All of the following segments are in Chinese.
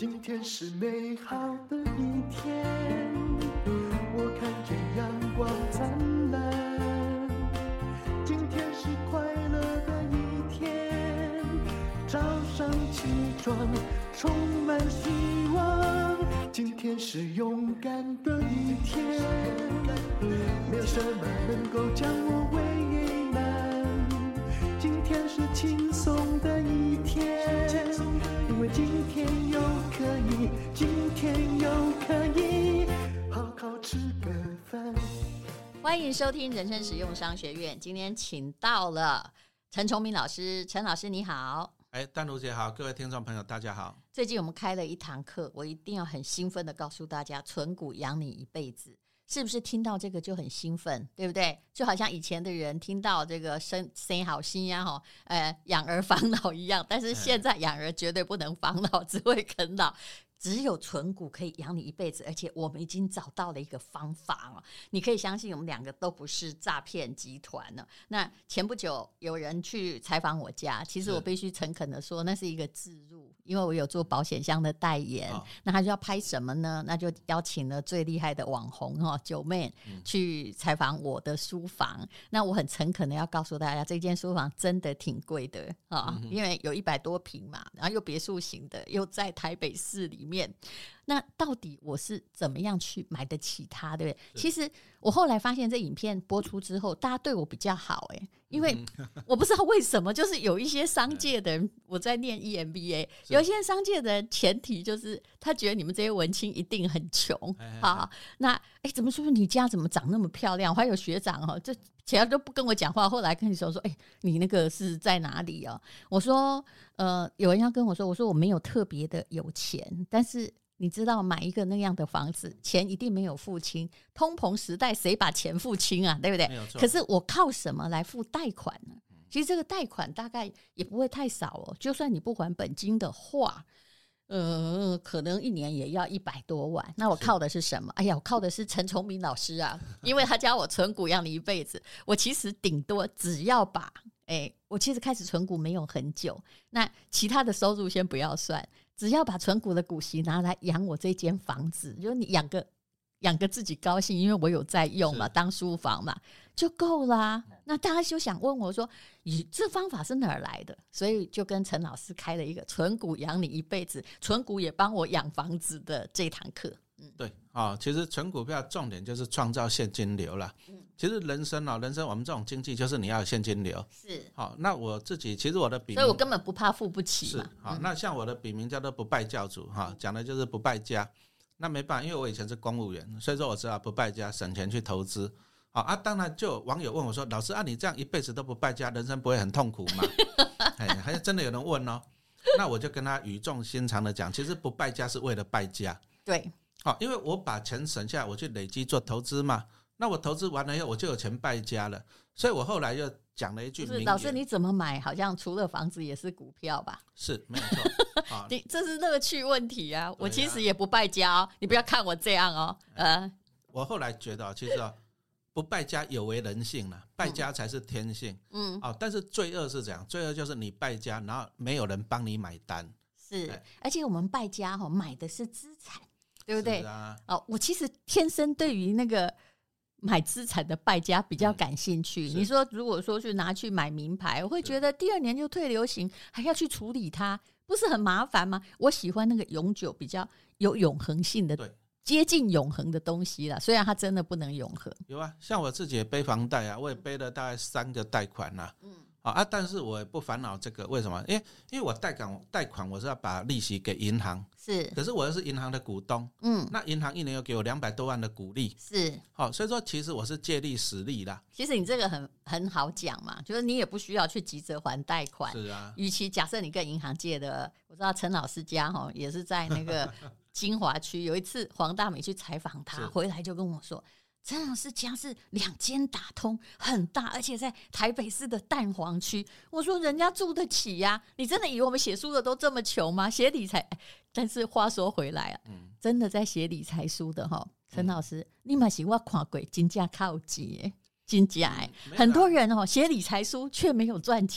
今天是美好的一天，我看见阳光灿烂。今天是快乐的一天，早上起床充满希望。今天是勇敢的一天，没有什么能够将我为难。今天是轻松的一天，因为今天又可以，今天又可以好好吃个饭。 欢迎收听人生实用商学院，今天请到了陈崇明老师。陈老师你好。 淡如姐好，各位听众朋友大家好。 最近我们开了一堂课，我一定要很兴奋的告诉大家，存股养你一辈子。是不是听到这个就很兴奋，对不对？就好像以前的人听到这个生好心呀，养儿防老一样，但是现在养儿绝对不能防老，只会啃老。只有存股可以养你一辈子，而且我们已经找到了一个方法了。你可以相信我们两个都不是诈骗集团了。那前不久有人去采访我家，其实我必须诚恳的说，那是一个置入，因为我有做保险箱的代言。那他就要拍什么呢？那就邀请了最厉害的网红九妹去采访我的书房。那我很诚恳的要告诉大家，这间书房真的挺贵的因为有100多坪嘛，然后又别墅型的，又在台北市里面。那到底我是怎么样去买得起它，对不对？其实我后来发现这影片播出之后，大家对我比较好因为我不知道为什么，就是有一些商界的人，我在念 EMBA， 有一些商界的人前提就是他觉得你们这些文青一定很穷那怎么说你家怎么长那么漂亮？我还有学长这其他都不跟我讲话，后来跟你说你那个是在哪里我说有人要跟我说，我说我没有特别的有钱，但是你知道买一个那样的房子，钱一定没有付清。通膨时代谁把钱付清啊，对不对？可是我靠什么来付贷款呢？其实这个贷款大概也不会太少就算你不还本金的话可能一年也要100多万。那我靠的是什么？我靠的是陈崇明老师啊，因为他教我存股养你一辈子。我其实顶多只要把我其实开始存股没有很久，那其他的收入先不要算，只要把存股的股息拿来养我这间房子，就是你养个自己高兴，因为我有在用嘛，当书房嘛，就够啦。那大家就想问我说，这方法是哪儿来的？所以就跟陈老师开了一个存股养你一辈子，存股也帮我养房子的这堂课。 对其实存股票重点就是创造现金流啦。其实人生我们这种经济就是你要有现金流。 是那我自己其实我的笔名， 所以我根本不怕付不起嘛。 那像我的笔名叫做不败教主讲的就是不败家。那没办法，因为我以前是公务员，所以说我知道不败家，省钱去投资当然就有网友问我说，老师你这样一辈子都不败家，人生不会很痛苦吗？还真的有人问那我就跟他语重心长的讲，其实不败家是为了败家。 对因为我把钱省下来，我去累积做投资嘛，那我投资完了以后我就有钱败家了。所以我后来又讲了一句名言， 老师你怎么买好像除了房子也是股票吧？ 是没有错这是乐趣问题啊。我其实也不败家你不要看我这样我后来觉得其实不败家有违人性了，败家才是天性。但是罪恶是这样，罪恶就是你败家，然后没有人帮你买单。 是，而且我们败家买的是资产，对不对？我其实天生对于那个买资产的败家比较感兴趣。你说如果说去拿去买名牌，我会觉得第2年就退流行，还要去处理它，不是很麻烦吗？我喜欢那个永久比较有永恒性的，接近永恒的东西啦，虽然它真的不能永恒。 有像我自己也背房贷我也背了大概3个贷款但是我也不烦恼这个，为什么？因为我贷款我是要把利息给银行， 是， 可是我又是银行的股东，那银行1年又给我200多万的股利， 是， 所以说其实我是借力使力啦。 其实你这个很好讲嘛，就是你也不需要去急着还贷款。 是啊， 与其假设你跟银行借的，我知道陈老师家也是在那个金华区，有一次黄大美去采访他，回来就跟我说，陈老师家是2间打通，很大，而且在台北市的蛋黄区。我说人家住得起呀，你真的以为我们写书的都这么穷吗？写理财，但是话说回来真的在写理财书的陈老师，你嘛是我看过真正靠钱真假很多人写理财书却没有赚钱。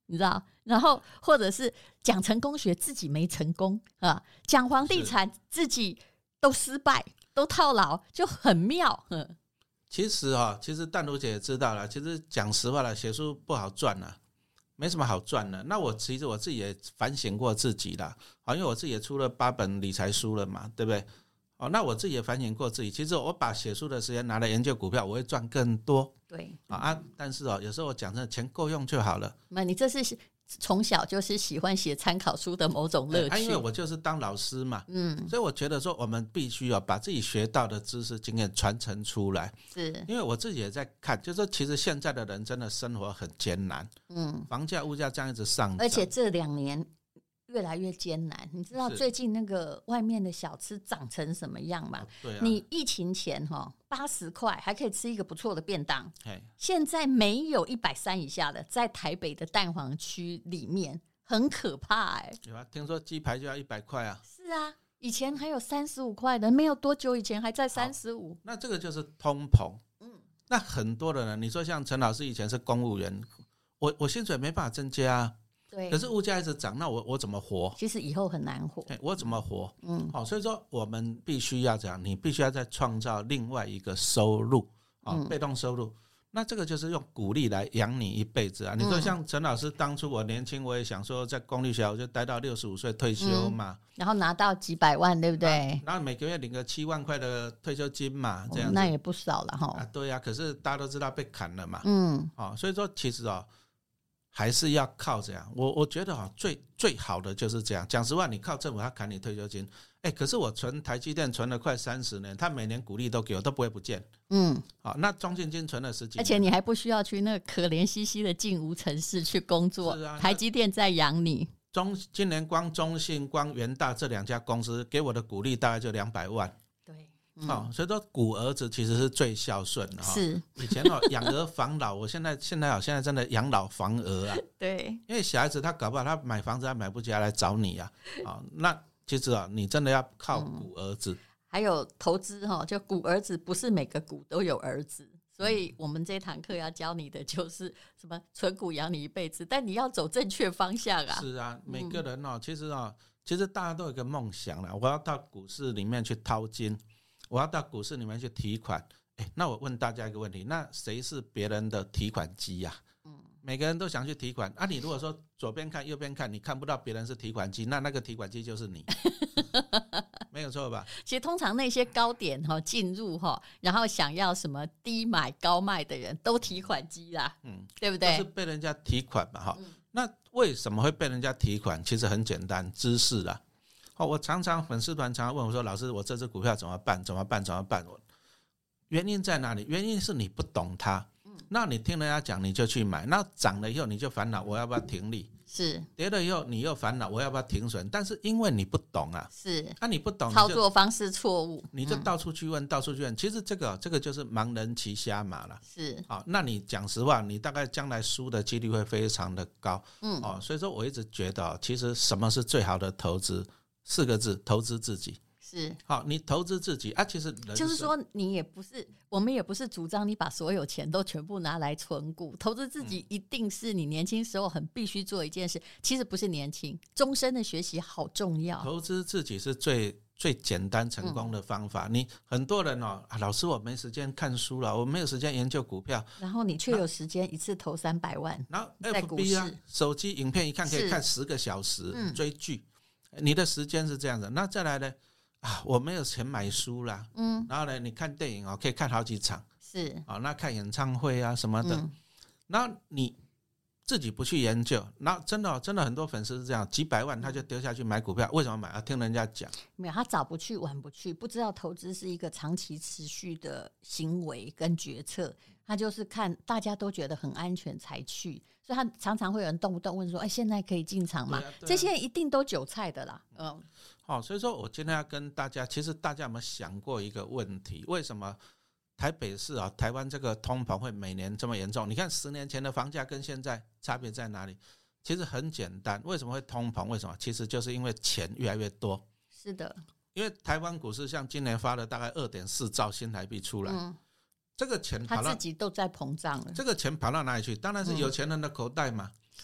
你知道？然后或者是讲成功学自己没成功啊，讲房地产自己都失败都套牢，就很妙。 其实淡如姐也知道了，其实讲实话了，写书不好赚了，没什么好赚的。那其实我自己也反省过自己啦，因为我自己也出了8本理财书了嘛，对不对？那我自己也反省过自己，其实我把写书的时间拿来研究股票，我会赚更多。 对但是有时候我讲真的，钱够用就好了。 那你这是从小就是喜欢写参考书的某种乐趣。 因为我就是当老师嘛，所以我觉得说我们必须把自己学到的知识经验传承出来。 是因为我自己也在看，就是说其实现在的人真的生活很艰难，房价物价这样一直上涨， 而且这2年越来越艰难。你知道最近那个外面的小吃涨成什么样吗？ 对啊， 你疫情前80块还可以吃一个不错的便当， 现在没有130以下的，在台北的蛋黄区里面很可怕。 有啊，听说鸡排就要100块啊。 是啊，以前还有35块的，没有多久以前还在35。 那这个就是通膨。那很多的人，你说像陈老师以前是公务员，我薪水没办法增加啊。 对， 可是物价一直涨，那我怎么活？ 其实以后很难活。 我怎么活？所以说我们必须要这样，你必须要再创造另外一个收入，被动收入。那这个就是用鼓励来养你一辈子啊！你说像陈老师当初我年轻，我也想说在公立学校我就待到65岁退休嘛， 然后拿到几百万，对不对？ 然后每个月领个7万块的退休金嘛，这样子那也不少了哈。 对啊，可是大家都知道被砍了嘛，所以说其实还是要靠这样。我觉得最好的就是这样。讲实话，你靠政府他砍你退休金，可是我存台积电存了快30年，他每年股利都给我，都不会不见。那中信金存了10几年， 而且你还不需要去那个可怜兮兮的进无城市去工作，台积电在养你。 今年光中信、光元大这2家公司给我的股利大概就200万。 对。 所以说古儿子其实是最孝顺的。 是以前养儿防老，我现在真的养老防儿啊。 对， 因为小孩子他搞不好他买房子他买不起，他来找你啊。那其实你真的要靠古儿子。 还有投资就古儿子不是每个股都有儿子，所以我们这堂课要教你的就是什么存股养你一辈子，但你要走正确方向啊。 是啊，每个人其实大家都有一个梦想啦，我要到股市里面去淘金，我要到股市里面去提款。那我问大家一个问题，那谁是别人的提款机啊？每个人都想去提款啊！你如果说左边看右边看，你看不到别人是提款机，那个提款机就是你。没有错吧？ 其实通常那些高点进入然后想要什么低买高卖的人都提款机啦，对不对？ 都是被人家提款嘛。那为什么会被人家提款？其实很简单，知识啦。我粉丝团常常问我说，老师我这只股票怎么办？原因在哪里？原因是你不懂它。那你听人家讲你就去买，那涨了以后你就烦恼我要不要停利， 是跌了以后你又烦恼我要不要停损，但是因为你不懂啊， 是你不懂操作方式错误， 你就到处去问，其实这个就是盲人骑瞎马了。 是那你讲实话，你大概将来输的几率会非常的高。所以说我一直觉得其实什么是最好的投资，4个字，投资自己。 是你投资自己其实就是说我们也不是主张你把所有钱都全部拿来存股，投资自己一定是你年轻时候很必须做一件事。其实不是年轻，终身的学习好重要。 投资自己是最简单成功的方法。你很多人老师我没时间看书了，我没有时间研究股票， 然后你却有时间一次投300万， 然后在股 FB 市手机影片一看可以看10个小时，追剧，你的时间是这样的。那再来呢？我没有钱买书啦，然后呢，你看电影可以看好几场， 是那看演唱会啊什么的，然后你自己不去研究，然后真的很多粉丝是这样，几百万他就丢下去买股票，为什么买？听人家讲， 没有，他早不去晚不去，不知道投资是一个长期持续的行为跟决策，他就是看大家都觉得很安全才去，所以他常常会有人动不动问说，现在可以进场吗？这些人一定都韭菜的啦。 所以说我今天要跟大家，其实大家有没有想过一个问题，为什么台北市台湾这个通膨会每年这么严重？你看10年前的房价跟现在差别在哪里？其实很简单，为什么会通膨？为什么？其实就是因为钱越来越多。 是的， 因为台湾股市像今年发了大概2.4兆新台币出来，这个钱他自己都在膨胀了。 这个钱跑到哪里去？当然是有钱人的口袋嘛。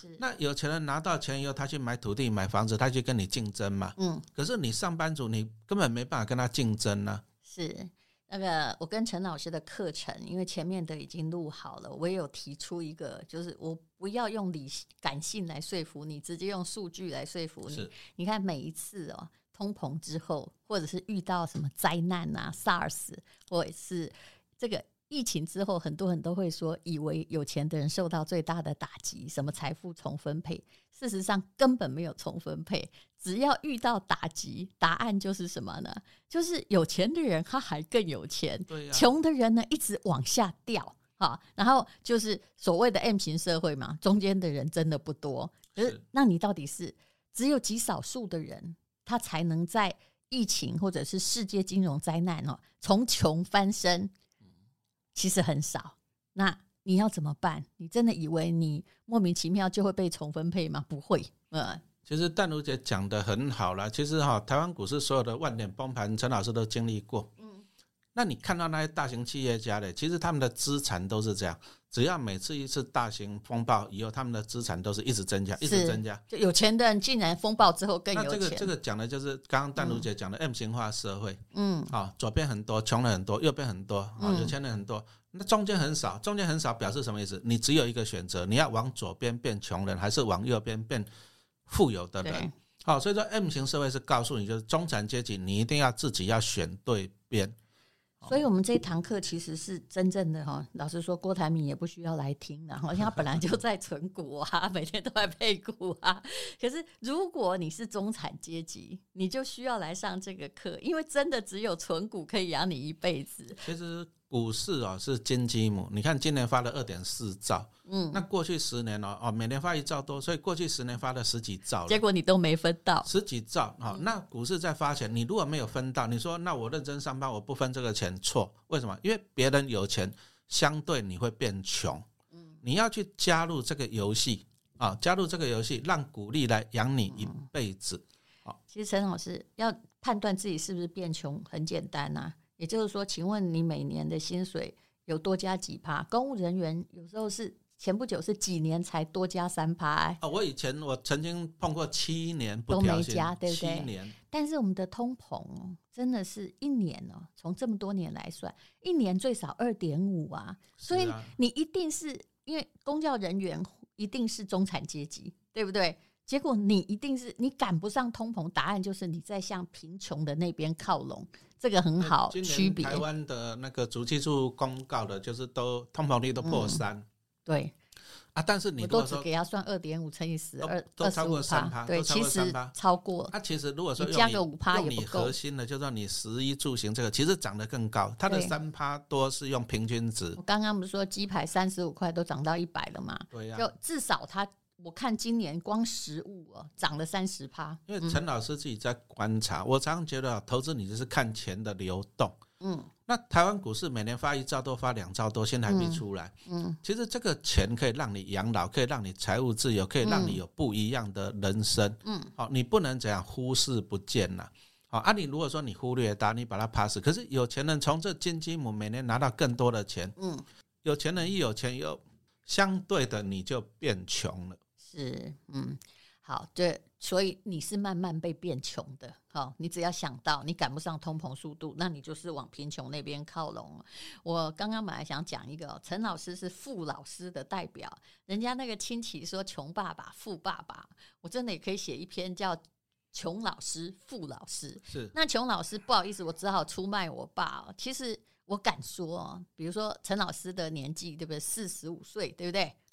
那有钱人拿到钱以后，他去买土地、买房子，他去跟你竞争嘛。可是你上班族，你根本没办法跟他竞争啊。 是那个，我跟陈老师的课程，因为前面的已经录好了，我也有提出一个，就是我不要用感性来说服你，直接用数据来说服你。你看每一次通膨之后，或者是遇到什么灾难啊 SARS 或者是这个疫情之后，很多人都会说以为有钱的人受到最大的打击，什么财富重分配，事实上根本没有重分配。只要遇到打击，答案就是什么呢？就是有钱的人他还更有钱，穷的人呢一直往下掉。然后就是所谓的 M 型社会嘛，中间的人真的不多。可是那你到底是只有极少数的人他才能在疫情或者是世界金融灾难从穷翻身，其实很少。那你要怎么办？你真的以为你莫名其妙就会被重分配吗？不会。 其实淡如姐讲得很好啦，其实台湾股市所有的万点崩盘，陈老师都经历过。那你看到那些大型企业家的，其实他们的资产都是这样，只要每次一次大型风暴以后，他们的资产都是一直增加，一直增加。 就有钱的人竟然风暴之后更有钱。 那这个讲的就是刚刚淡如姐讲的 M 型化社会。左边很多，穷人很多；右边很多，有钱人很多。那中间很少，中间很少表示什么意思？你只有一个选择，你要往左边变穷人，还是往右边变富有的人？所以说 M 型社会是告诉你，就是中产阶级，你一定要自己要选对边。 所以我们这一堂课其实是真正的老实说郭台铭也不需要来听了，好像他本来就在存股啊，每天都在配股啊。可是如果你是中产阶级，你就需要来上这个课，因为真的只有存股可以养你一辈子。 其实股市是金鸡母，你看今年发了 2.4 兆，那过去10年每年发1兆多，所以过去10年发了10几兆了， 结果你都没分到 10几兆。那股市在发钱，你如果没有分到，你说那我认真上班我不分这个钱，错。为什么？因为别人有钱，相对你会变穷。你要去加入这个游戏加入这个游戏，让股利来养你一辈子。 其实陈老师要判断自己是不是变穷很简单啊，也就是说，请问你每年的薪水有多加几%？公务人员有时候是前不久是几年才多加3%。 我曾经碰过7年不调薪， 都没加，对不对 ？7年。 但是我们的通膨真的是一年从这么多年来算，一年最少2.5啊。所以你一定是因为公教人员一定是中产阶级，对不对？结果你一定是你赶不上通膨，答案就是你在向贫穷的那边靠拢，这个很好区别。 台湾的那个主计处公告的就是都通膨率都破3， 对但是你如果我都只给他算2.5乘以10， 都超过3%， 对，其实超过。 其实如果说你加个5%也不够， 用你核心的，就说你食衣住行这个，其实涨得更高。它的3%多是用平均值。 我刚刚不是说鸡排35块都涨到100了吗？ 对呀， 就至少我看今年光食物涨了30%。 因为陈老师自己在观察，我常常觉得投资你就是看钱的流动。那台湾股市每年发1兆多，发2兆多，新台币出来。其实这个钱可以让你养老，可以让你财务自由，可以让你有不一样的人生。你不能这样忽视不见了。你如果说你忽略它，你把它 pass， 可是有钱人从这金鸡母每年拿到更多的钱。有钱人一有钱又相对的你就变穷了。 是，好，对，所以你是慢慢被变穷的。你只要想到你赶不上通膨速度，那你就是往贫穷那边靠拢。我刚刚本来想讲一个，陈老师是富老师的代表，人家那个亲戚说穷爸爸富爸爸，我真的也可以写一篇叫穷老师富老师。 是， 那穷老师不好意思，我只好出卖我爸。其实我敢说，比如说陈老师的年纪，对不对？45岁，对不对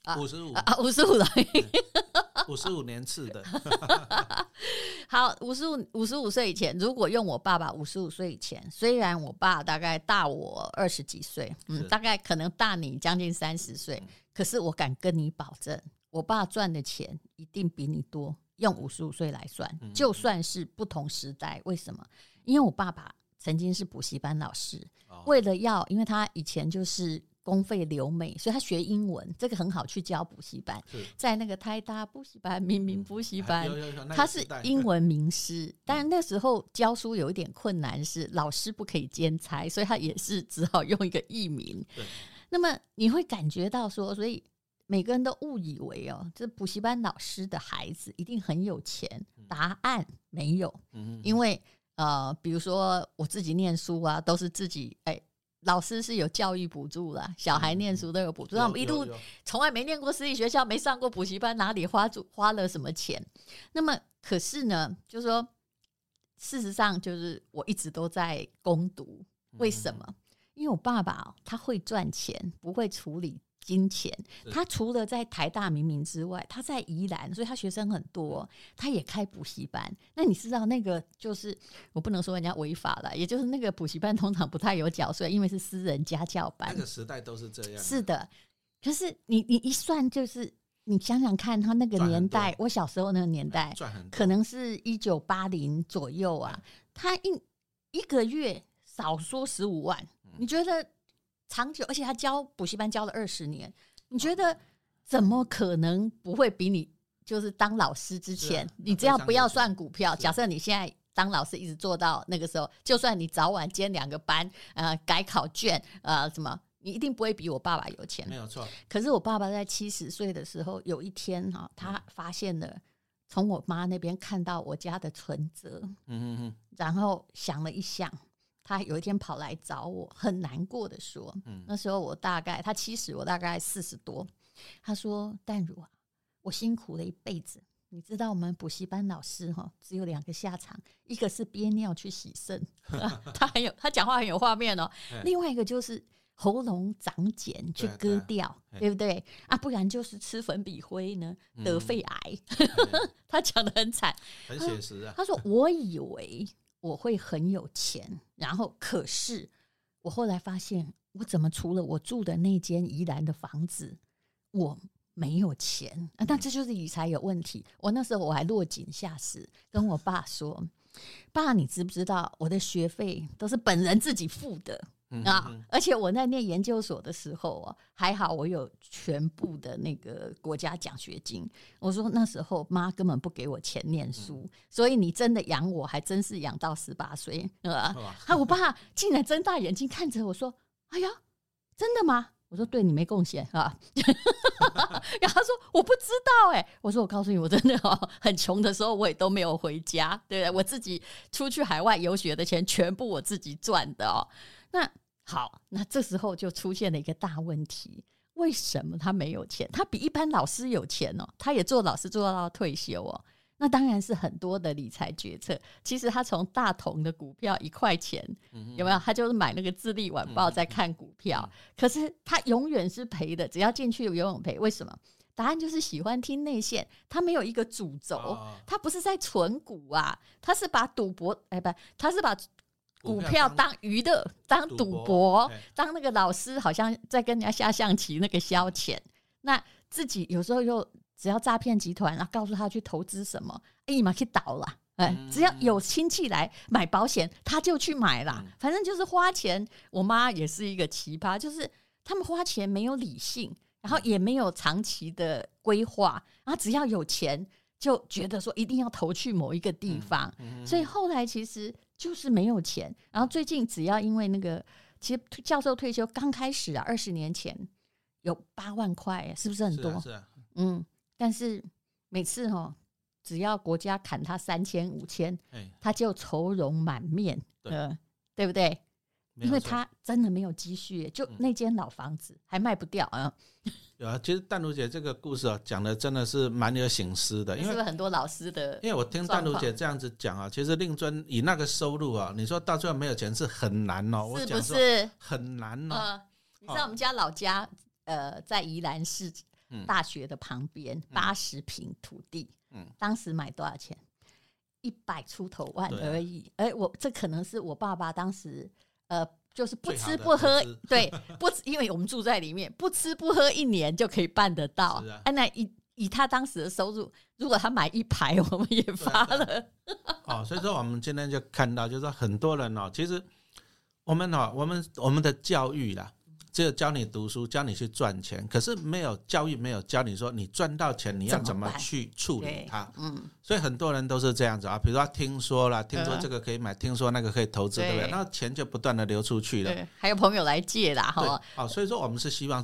？55了 ，55年次的。 好，55岁以前，如果用我爸爸55岁以前，虽然我爸大概大我20几岁，大概可能大你将近30岁，可是我敢跟你保证，我爸赚的钱一定比你多。用55岁来算，就算是不同时代，为什么？因为我爸爸曾经是补习班老师，为了因为他以前就是公费留美，所以他学英文，这个很好去教补习班，在那个台大补习班、明明补习班，他是英文名师。当然那时候教书有一点困难，是老师不可以兼差，所以他也是只好用一个艺名。那么你会感觉到说，所以每个人都误以为这补习班老师的孩子一定很有钱，答案没有。因为比如说我自己念书啊，都是自己老师是有教育补助啦，小孩念书都有补助，我们一路从来没念过私立学校，没上过补习班，哪里花了什么钱？那么可是呢，就是说事实上就是我一直都在攻读，为什么？因为我爸爸他会赚钱，不会处理金钱。他除了在台大明明之外，他在宜兰，所以他学生很多，他也开补习班。那你知道那个就是我不能说人家违法了，也就是那个补习班通常不太有缴税，因为是私人家教班。 那个时代都是这样。 是的，可是你一算就是你想想看，他那个年代，我小时候那个年代，可能是1980左右啊，他一个月少说15万。你觉得长久，而且他教补习班教了20年，你觉得怎么可能不会比你就是当老师之前，你只要不要算股票，假设你现在当老师一直做到那个时候，就算你早晚兼2个班，改考卷，什么，你一定不会比我爸爸有钱， 没有错。可是我爸爸在70岁的时候，有一天他发现了，从我妈那边看到我家的存折，然后想了一想。他有一天跑来找我，很难过的说，那时候他70，我大概40多。他说：“淡如啊，我辛苦了一辈子，你知道我们补习班老师只有2个下场，一个是憋尿去洗肾，他讲话很有画面另外一个就是喉咙长茧去割掉，对不对啊？不然就是吃粉笔灰呢，得肺癌。他讲得很惨， 很写实啊。 他说：“我以为我会很有钱，然后可是我后来发现，我怎么除了我住的那间宜兰的房子，我没有钱那这就是理财有问题。我那时候我还落井下石，跟我爸说：‘爸，你知不知道我的学费都是本人自己付的？’而且我在念研究所的时候还好我有全部的那个国家奖学金。我说那时候妈根本不给我钱念书，所以你真的养我还真是养到18岁。我爸竟然睁大眼睛看着我说：‘哎呀，真的吗？’我说：‘对，你没贡献然后他说：‘我不知道我说：‘我告诉你，我真的很穷的时候我也都没有回家，对不对？我自己出去海外游学的钱全部我自己赚的那好，那这时候就出现了一个大问题，为什么他没有钱？他比一般老师有钱他也做老师做到退休那当然是很多的理财决策。其实他从大同的股票1块钱，有没有？他就是买那个自立晚报在看股票，可是他永远是赔的，只要进去永远赔。为什么？答案就是喜欢听内线，他没有一个主轴，他不是在存股他是把赌博他是把股票当娱乐，当赌博，当那个老师好像在跟人家下象棋那个消遣。那自己有时候又只要诈骗集团告诉他去投资什么，嘛去倒了，只要有亲戚来买保险，他就去买啦。反正就是花钱。我妈也是一个奇葩，就是他们花钱没有理性，然后也没有长期的规划，然后只要有钱就觉得说一定要投去某一个地方，所以后来其实就是没有钱。然后最近只要因为那个，其实教授退休刚开始20年前有8万块，是不是很多？ 是啊。 但是每次只要国家砍他3000、5000，他就愁容满面，对不对？因为他真的没有积蓄，就那间老房子还卖不掉有啊，其实淡如姐这个故事讲的真的是蛮有省思的，因为是不是很多老师的？ 因为我听淡如姐这样子讲其实令尊以那个收入你说到最后没有钱是很难是不是很难你知道我们家老家在宜兰市大学的旁边，80坪土地，当时买多少钱？100出头万而已。这可能是我爸爸当时就是不吃不喝，对，因为我们住在里面，不吃不喝1年就可以办得到。那以他当时的收入，如果他买1排，我们也发了。 所以说我们今天就看到，就是很多人其实我们的教育啦，只有教你读书，教你去赚钱，可是没有教育，没有教你说你赚到钱你要怎么去处理它。所以很多人都是这样子比如说听说了，听说这个可以买，听说那个可以投资，对不对？那钱就不断的流出去了， 还有朋友来借啦。 所以说我们是希望说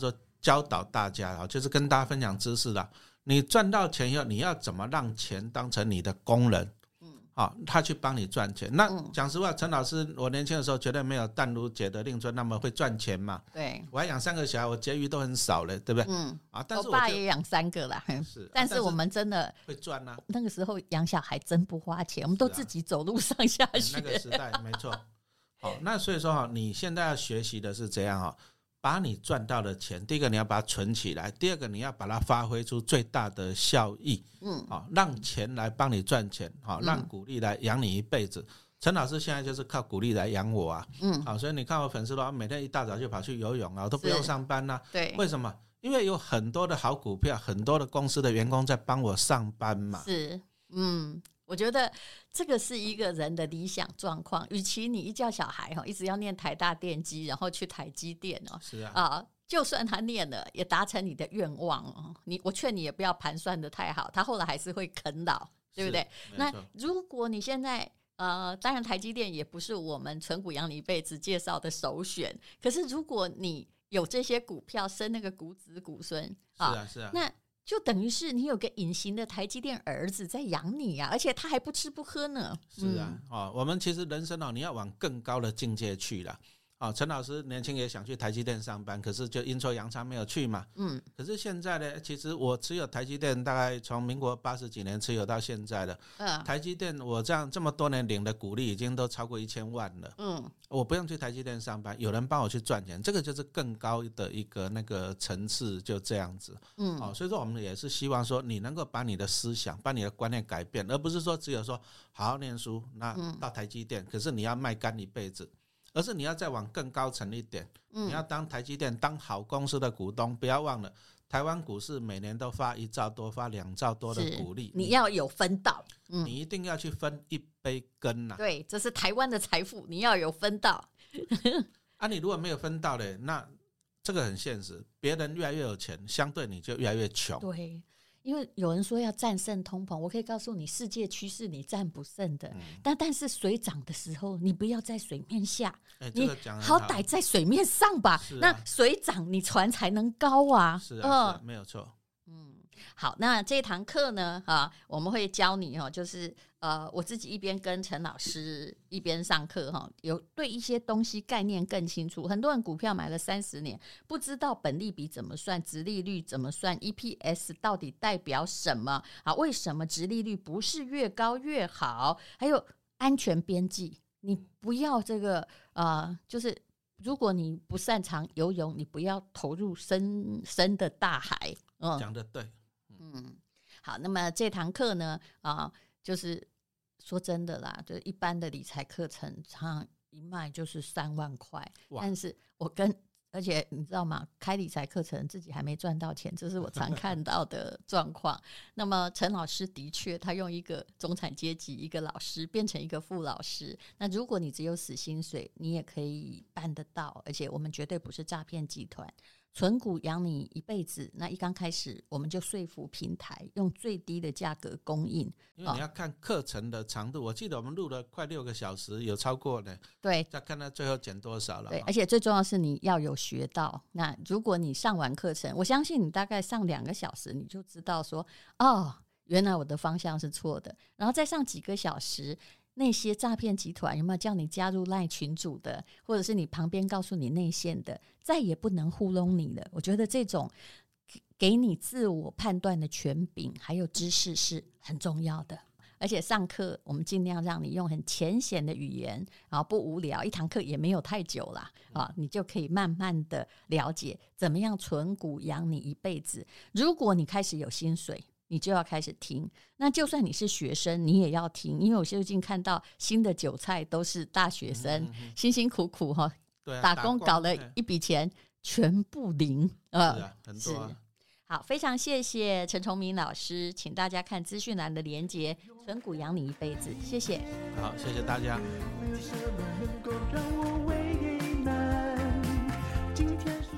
教导大家，就是跟大家分享知识啦。你赚到钱以后，你要怎么让钱当成你的工人？他去帮你赚钱。那讲实话，陈老师，我年轻的时候绝对没有淡如姐的令尊那么会赚钱嘛。 对， 我还养3个小孩，我结余都很少了，对不对？但是我爸也养3个啦。是，但是我们真的会赚啊。 那个时候养小孩真不花钱，我们都自己走路上下学。 那个时代没错。好，那所以说你现在要学习的是这样把你赚到的钱，第一个你要把它存起来，第二个你要把它发挥出最大的效益，让钱来帮你赚钱，让股利来养你一辈子。陈老师现在就是靠股利来养我啊，所以你看我粉丝的话，每天一大早就跑去游泳啊，我都不用上班啊。 对， 为什么？因为有很多的好股票，很多的公司的员工在帮我上班嘛。 是，我觉得这个是一个人的理想状况。与其你一叫小孩一直要念台大电机，然后去台积电是啊， 就算他念了，也达成你的愿望我劝你也不要盘算的太好，他后来还是会啃老，对不对？那如果你现在当然台积电也不是我们存股养你一辈子介绍的首选，可是如果你有这些股票生那个股子股孙是啊， 那就等于是你有个隐形的台积电儿子在养你啊，而且他还不吃不喝呢。 是啊，我们其实人生你要往更高的境界去啦。陈老师年轻也想去台积电上班，可是就阴错阳差没有去嘛。可是现在呢，其实我持有台积电大概从民国80几年持有到现在了。台积电我这么多年领的股利已经都超过1000万了。我不用去台积电上班，有人帮我去赚钱，这个就是更高的一个那个层次，就这样子。所以说我们也是希望说你能够把你的思想把你的观念改变，而不是说只有说好好念书那到台积电，可是你要卖干一辈子，而是你要再往更高层一点，你要当台积电当好公司的股东。不要忘了台湾股市每年都发1兆多发2兆多的股利， 你要有分到， 你一定要去分一杯羹啊。 对，这是台湾的财富，你要有分到你如果没有分到嘞，那这个很现实，别人越来越有钱，相对你就越来越穷。 对，因为有人说要战胜通膨，我可以告诉你，世界趋势你战不胜的。但是水涨的时候，你不要在水面下，你好歹在水面上吧。那水涨，你船才能高啊。 是啊，没有错。 好，那这堂课呢，我们会教你就是我自己一边跟陈老师一边上课有对一些东西概念更清楚。很多人股票买了30年，不知道本利比怎么算，殖利率怎么算， EPS 到底代表什么为什么殖利率不是越高越好，还有安全边际。你不要这个就是如果你不擅长游泳，你不要投入深的大海。 讲得对。 好，那么这堂课呢就是说真的啦，就一般的理财课程常常一卖就是3万块，但是而且你知道吗？开理财课程自己还没赚到钱，这是我常看到的状况。那么陈老师的确，他用一个中产阶级一个老师变成一个副老师。那如果你只有死薪水，你也可以办得到，而且我们绝对不是诈骗集团。存股养你一辈子，那一刚开始我们就说服平台用最低的价格供应， 因为你要看课程的长度。我记得我们录了快6个小时，有超过呢。 对， 再看到最后减多少了。 对，而且最重要的是你要有学到。那如果你上完课程，我相信你大概上2个小时，你就知道说原来我的方向是错的。然后再上几个小时，那些诈骗集团有没有叫你加入LINE群组的，或者是你旁边告诉你内线的，再也不能糊弄你了。我觉得这种给你自我判断的权柄还有知识是很重要的。而且上课我们尽量让你用很浅显的语言，然后不无聊，一堂课也没有太久啦你就可以慢慢的了解怎么样存股养你一辈子。如果你开始有薪水，你就要开始听，那就算你是学生你也要听，因为我最近看到新的韭菜都是大学生，辛辛苦苦打工搞了一笔钱全部零很多啊。 好，非常谢谢陈崇明老师，请大家看资讯栏的连结，存股养你一辈子，谢谢。 好，谢谢大家。 没有什么能够让我为难，今天是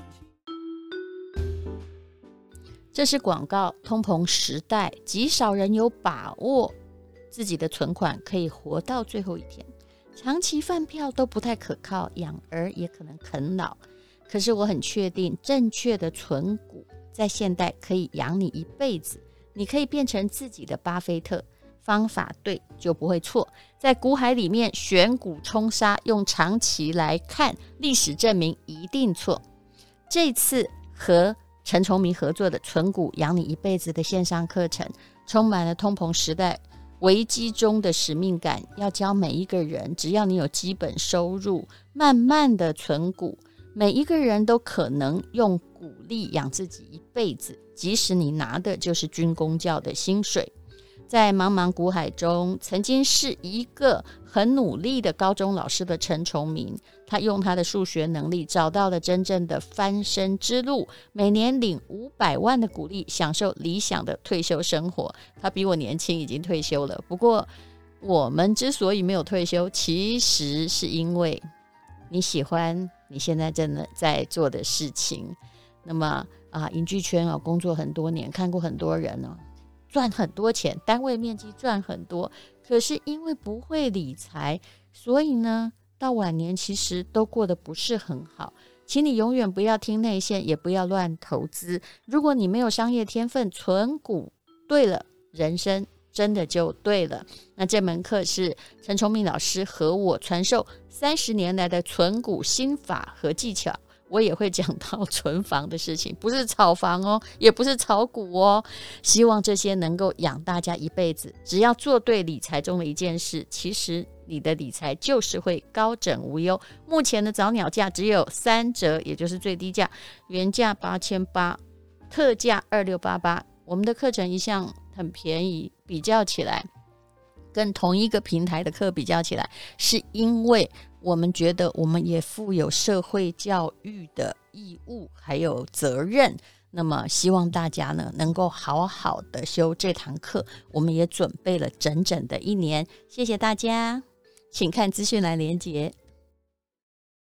这是广告。通膨时代，极少人有把握自己的存款可以活到最后一天，长期饭票都不太可靠，养儿也可能啃老。 可是我很确定，正确的存股在现代可以养你一辈子，你可以变成自己的巴菲特。方法对就不会错，在股海里面选股冲杀，用长期来看，历史证明一定错。这次和陈崇明合作的存股养你一辈子的线上课程，充满了通膨时代危机中的使命感，要教每一个人，只要你有基本收入，慢慢的存股，每一个人都可能用股利养自己一辈子，即使你拿的就是军公教的薪水。在茫茫股海中，曾经是一个很努力的高中老师的陈崇明，他用他的数学能力找到了真正的翻身之路，每年领500万的股利，享受理想的退休生活。他比我年轻，已经退休了。不过我们之所以没有退休，其实是因为你喜欢你现在真的在做的事情。那么影剧圈工作很多年，看过很多人赚很多钱，单位面积赚很多，可是因为不会理财，所以呢，到晚年其实都过得不是很好。请你永远不要听内线，也不要乱投资。如果你没有商业天分，存股对了，人生真的就对了。那这门课是陈崇明老师和我传授30年来的存股心法和技巧。我也会讲到存房的事情，不是炒房也不是炒股希望这些能够养大家一辈子。只要做对理财中的一件事，其实你的理财就是会高枕无忧。目前的早鸟价只有3折，也就是最低价，原价8800，特价2688。我们的课程一向很便宜，比较起来跟同一个平台的课比较起来，是因为我们觉得我们也负有社会教育的义务还有责任。那么希望大家呢能够好好的修这堂课，我们也准备了整整的1年。谢谢大家，请看资讯栏连结。